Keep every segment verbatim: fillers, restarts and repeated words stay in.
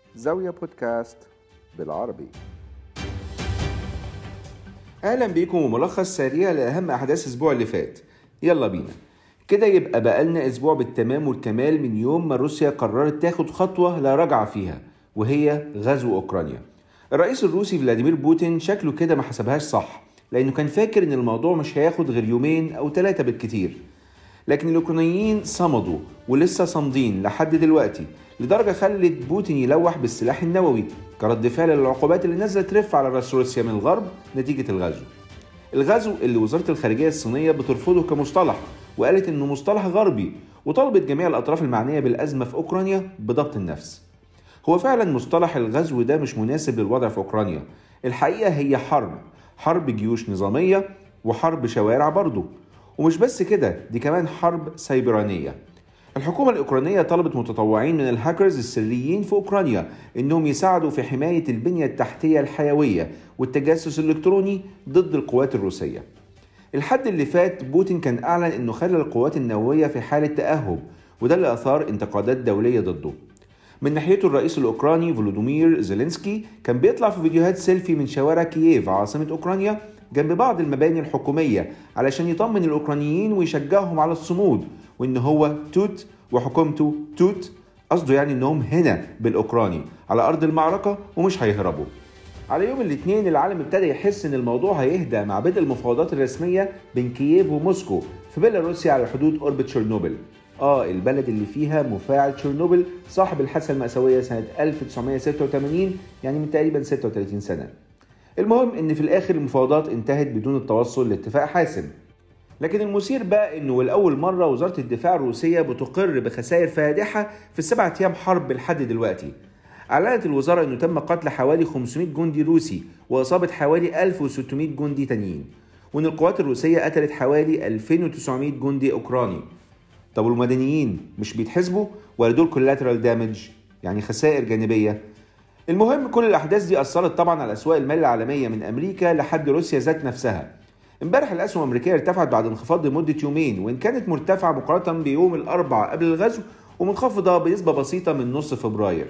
زاوية بودكاست بالعربي. اهلا بيكم وملخص سريع لاهم احداث الاسبوع اللي فات. يلا بينا كده، يبقى بقالنا اسبوع بالتمام والكمال من يوم ما روسيا قررت تاخد خطوة لا رجعة فيها، وهي غزو اوكرانيا. الرئيس الروسي فلاديمير بوتين شكله كده ما حسبهاش صح، لانه كان فاكر ان الموضوع مش هياخد غير يومين او ثلاثة بالكتير، لكن الأوكرانيين صمدوا ولسه صامدين لحد دلوقتي، لدرجة خلت بوتين يلوح بالسلاح النووي كرد فعل للعقوبات اللي نزلت ترف على راس روسيا من الغرب نتيجة الغزو. الغزو اللي وزارة الخارجية الصينية بترفضه كمصطلح، وقالت إنه مصطلح غربي، وطالبت جميع الأطراف المعنية بالأزمة في أوكرانيا بضبط النفس. هو فعلا مصطلح الغزو ده مش مناسب للوضع في أوكرانيا. الحقيقة هي حرب حرب جيوش نظامية وحرب شوارع برضه، ومش بس كده، دي كمان حرب سيبرانية. الحكومة الأوكرانية طلبت متطوعين من الهاكرز السريين في أوكرانيا إنهم يساعدوا في حماية البنية التحتية الحيوية والتجسس الإلكتروني ضد القوات الروسية. الحد اللي فات بوتين كان أعلن إنه خلى القوات النووية في حالة تأهب، وده اللي أثار انتقادات دولية ضده. من ناحيته الرئيس الأوكراني فولودومير زيلينسكي كان بيطلع في فيديوهات سيلفي من شوارع كييف عاصمة أوكرانيا جنب بعض المباني الحكومية علشان يطمن الأوكرانيين ويشجعهم على الصمود، وإن هو توت وحكومته توت، قصده يعني إنهم هنا بالأوكراني على أرض المعركة ومش هيهربوا. على يوم الاثنين العالم ابتدى يحس إن الموضوع هيهدى مع بدء المفاوضات الرسمية بين كييف وموسكو في بيلاروسيا على حدود قرب تشيرنوبل. آه البلد اللي فيها مفاعل تشيرنوبل صاحب الحادثة المأساوية سنة ألف وتسعمائة وستة وثمانين، يعني من تقريبا ستة وثلاثين سنة. المهم ان في الاخر المفاوضات انتهت بدون التوصل لاتفاق حاسم. لكن المثير بقى انه لاول مره وزاره الدفاع الروسيه بتقر بخسائر فادحه في السبعة ايام حرب لحد دلوقتي. اعلنت الوزاره انه تم قتل حوالي خمسمائة جندي روسي واصابه حوالي ألف وستمائة جندي تانيين، وان القوات الروسيه قتلت حوالي ألفين وتسعمائة جندي اوكراني. طب والمدنيين مش بيتحسبوا ولا دول collateral damage، يعني خسائر جانبيه؟ المهم كل الأحداث دي أثرت طبعا على أسواق المال العالمية من أمريكا لحد روسيا ذات نفسها. امبارح الأسهم الأمريكية ارتفعت بعد انخفاض لمدة يومين، وإن كانت مرتفعة مقارنة بيوم الأربعاء قبل الغزو، ومنخفضة بنسبة بسيطة من نص فبراير.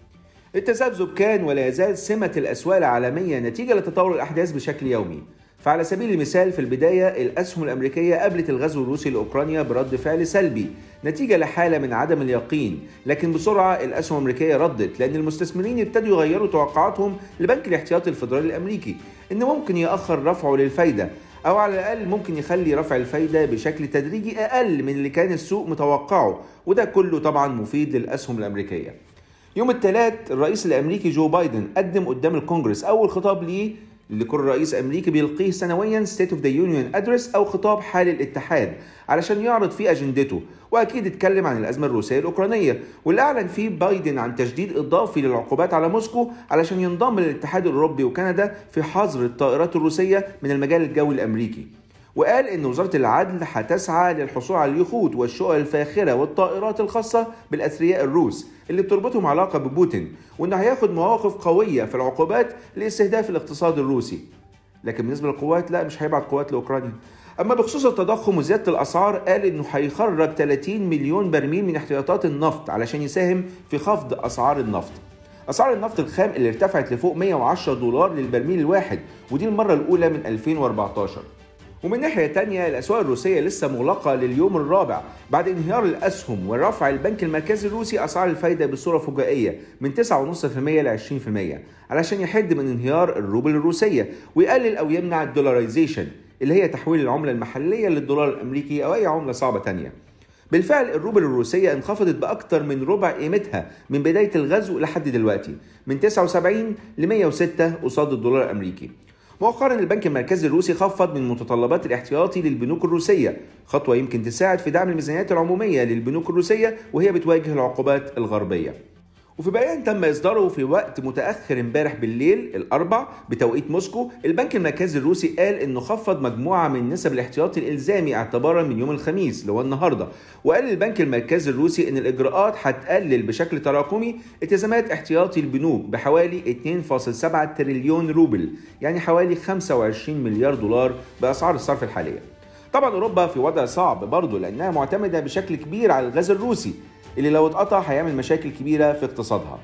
التذبذب كان ولا يزال سمة الأسواق العالمية نتيجة لتطور الأحداث بشكل يومي. فعلى سبيل المثال في البداية الأسهم الأمريكية قابلت الغزو الروسي لأوكرانيا برد فعل سلبي نتيجة لحالة من عدم اليقين، لكن بسرعة الأسهم الأمريكية ردت لأن المستثمرين ابتدوا يغيروا توقعاتهم لبنك الاحتياطي الفيدرالي الأمريكي إنه ممكن يأخر رفعه للفايدة، أو على الأقل ممكن يخلي رفع الفايدة بشكل تدريجي أقل من اللي كان السوق متوقعه، وده كله طبعا مفيد للأسهم الأمريكية. يوم الثلاث الرئيس الأمريكي جو بايدن قدم قدام الكونجرس أول خطاب ليه اللي كل رئيس أمريكي بيلقيه سنويا State of the Union Address أو خطاب حال الاتحاد علشان يعرض فيه أجندته، وأكيد اتكلم عن الأزمة الروسية الأوكرانية، واللي أعلن فيه بايدن عن تشديد إضافي للعقوبات على موسكو علشان ينضم للاتحاد الأوروبي وكندا في حظر الطائرات الروسية من المجال الجوي الأمريكي. وقال إن وزارة العدل هتسعى للحصول على اليخوت والشقق الفاخرة والطائرات الخاصة بالأثرياء الروس اللي بتربطهم علاقة ببوتين، وإنه هياخد مواقف قوية في العقوبات لاستهداف الاقتصاد الروسي. لكن بالنسبة للقوات لا، مش هيبعت قوات لأوكرانيا. أما بخصوص التضخم وزيادة الأسعار قال إنه هيخرج ثلاثين مليون برميل من احتياطات النفط علشان يساهم في خفض أسعار النفط. أسعار النفط الخام اللي ارتفعت لفوق مئة وعشرة دولار للبرميل الواحد، ودي المرة الأولى من ألفين وأربعة عشر. ومن ناحية تانية الأسواق الروسية لسه مغلقة لليوم الرابع بعد انهيار الأسهم ورفع البنك المركزي الروسي أسعار الفايدة بصورة فجائية من تسعة فاصلة خمسة بالمئة ل عشرين بالمئة علشان يحد من انهيار الروبل الروسية ويقلل أو يمنع الدولاريزيشن اللي هي تحويل العملة المحلية للدولار الأمريكي أو أي عملة صعبة تانية. بالفعل الروبل الروسية انخفضت بأكثر من ربع قيمتها من بداية الغزو لحد دلوقتي، من تسعة وسبعين ل مئة وستة قصاد الدولار الأمريكي. مؤخرا البنك المركزي الروسي خفض من متطلبات الاحتياطي للبنوك الروسية، خطوة يمكن تساعد في دعم الميزانيات العمومية للبنوك الروسية وهي بتواجه العقوبات الغربية. وفي بيان تم إصداره في وقت متأخر امبارح بالليل الأربع بتوقيت موسكو، البنك المركزي الروسي قال إنه خفض مجموعة من نسب الاحتياطي الإلزامي اعتبارا من يوم الخميس اللي هو النهارده، وقال البنك المركزي الروسي إن الإجراءات هتقلل بشكل تراكمي التزامات احتياطي البنوك بحوالي اثنين فاصلة سبعة تريليون روبل، يعني حوالي خمسة وعشرين مليار دولار بأسعار الصرف الحالية. طبعا أوروبا في وضع صعب برضه لأنها معتمدة بشكل كبير على الغاز الروسي اللي لو اتقطع هيعمل مشاكل كبيرة في اقتصادها.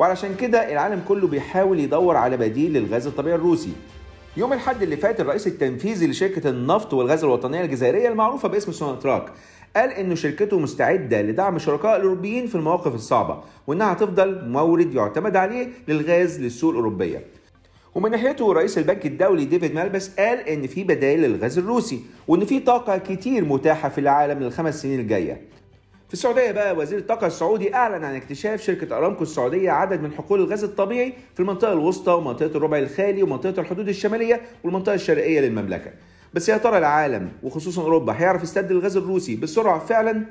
وعلشان كده العالم كله بيحاول يدور على بديل للغاز الطبيعي الروسي. يوم الأحد اللي فات الرئيس التنفيذي لشركة النفط والغاز الوطنية الجزائرية المعروفة باسم سوناتراك قال إنه شركته مستعدة لدعم الشركاء الأوروبيين في المواقف الصعبة، وإنها هتفضل مورد يعتمد عليه للغاز للسوق الأوروبية. ومن ناحيته رئيس البنك الدولي ديفيد مالباس قال إن في بدائل للغاز الروسي، وإن في طاقة كتير متاحة في العالم للخمس سنين الجاية. في السعودية بقى وزير الطاقة السعودي أعلن عن اكتشاف شركة أرامكو السعودية عدد من حقول الغاز الطبيعي في المنطقة الوسطى ومنطقة الربع الخالي ومنطقة الحدود الشمالية والمنطقة الشرقية للمملكة. بس يا ترى العالم وخصوصا أوروبا هيعرف يستبدل الغاز الروسي بسرعة فعلا؟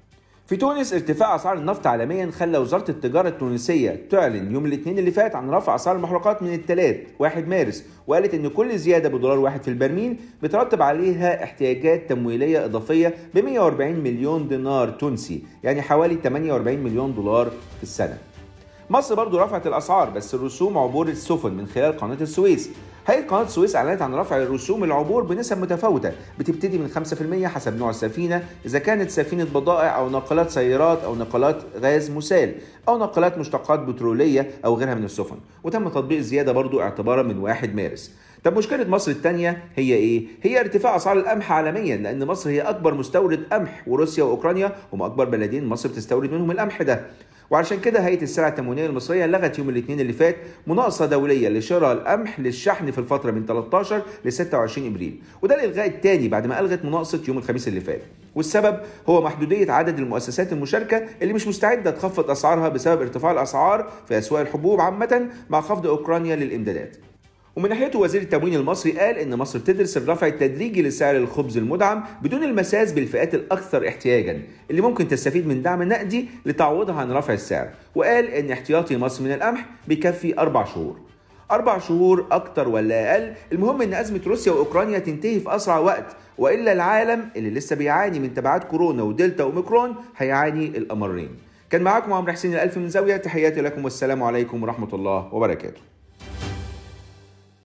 في تونس ارتفاع أسعار النفط عالميا خلى وزارة التجارة التونسية تعلن يوم الاثنين اللي فات عن رفع أسعار المحروقات من الثلاث واحد مارس، وقالت إن كل زيادة بدولار واحد في البرميل بترتب عليها احتياجات تمويلية إضافية ب مئة وأربعين مليون دينار تونسي، يعني حوالي ثمانية وأربعين مليون دولار في السنة. مصر برضو رفعت الأسعار بس الرسوم عبور السفن من خلال قناة السويس. هيئة قناة السويس أعلنت عن رفع الرسوم العبور بنسب متفاوتة بتبتدي من خمسة في المئة حسب نوع السفينة، إذا كانت سفينة بضائع أو ناقلات سيارات أو ناقلات غاز مسال أو ناقلات مشتقات بترولية أو غيرها من السفن، وتم تطبيق الزيادة برضو اعتبارا من واحد مارس. طب مشكلة مصر الثانية هي إيه؟ هي ارتفاع أسعار القمح عالميا، لأن مصر هي أكبر مستورد قمح، وروسيا وأوكرانيا هم أكبر بلدين مصر بتستورد منهم القمح ده. وعشان كده هيئة السلع التموينية المصرية لغت يوم الاثنين اللي فات مناقصة دولية لشراء القمح للشحن في الفترة من ثلاثة عشر ل ستة وعشرين ابريل، وده الإلغاء الثاني بعد ما ألغت مناقصة يوم الخميس اللي فات. والسبب هو محدودية عدد المؤسسات المشاركة اللي مش مستعدة تخفض أسعارها بسبب ارتفاع الأسعار في أسواق الحبوب عامة مع خفض أوكرانيا للإمدادات. ومن ناحيته وزير التموين المصري قال إن مصر بتدرس الرفع التدريجي لسعر الخبز المدعم بدون المساس بالفئات الأكثر احتياجا اللي ممكن تستفيد من دعم نقدي لتعويضها عن رفع السعر، وقال إن احتياطي مصر من القمح بيكفي أربع شهور. أربع شهور أكتر ولا أقل، المهم إن أزمة روسيا وأوكرانيا تنتهي في أسرع وقت، وإلا العالم اللي لسه بيعاني من تبعات كورونا ودلتا وميكرون هيعاني الأمرين. كان معاكم عمرو حسين الألف من زاوية، تحياتي لكم والسلام عليكم ورحمة الله وبركاته.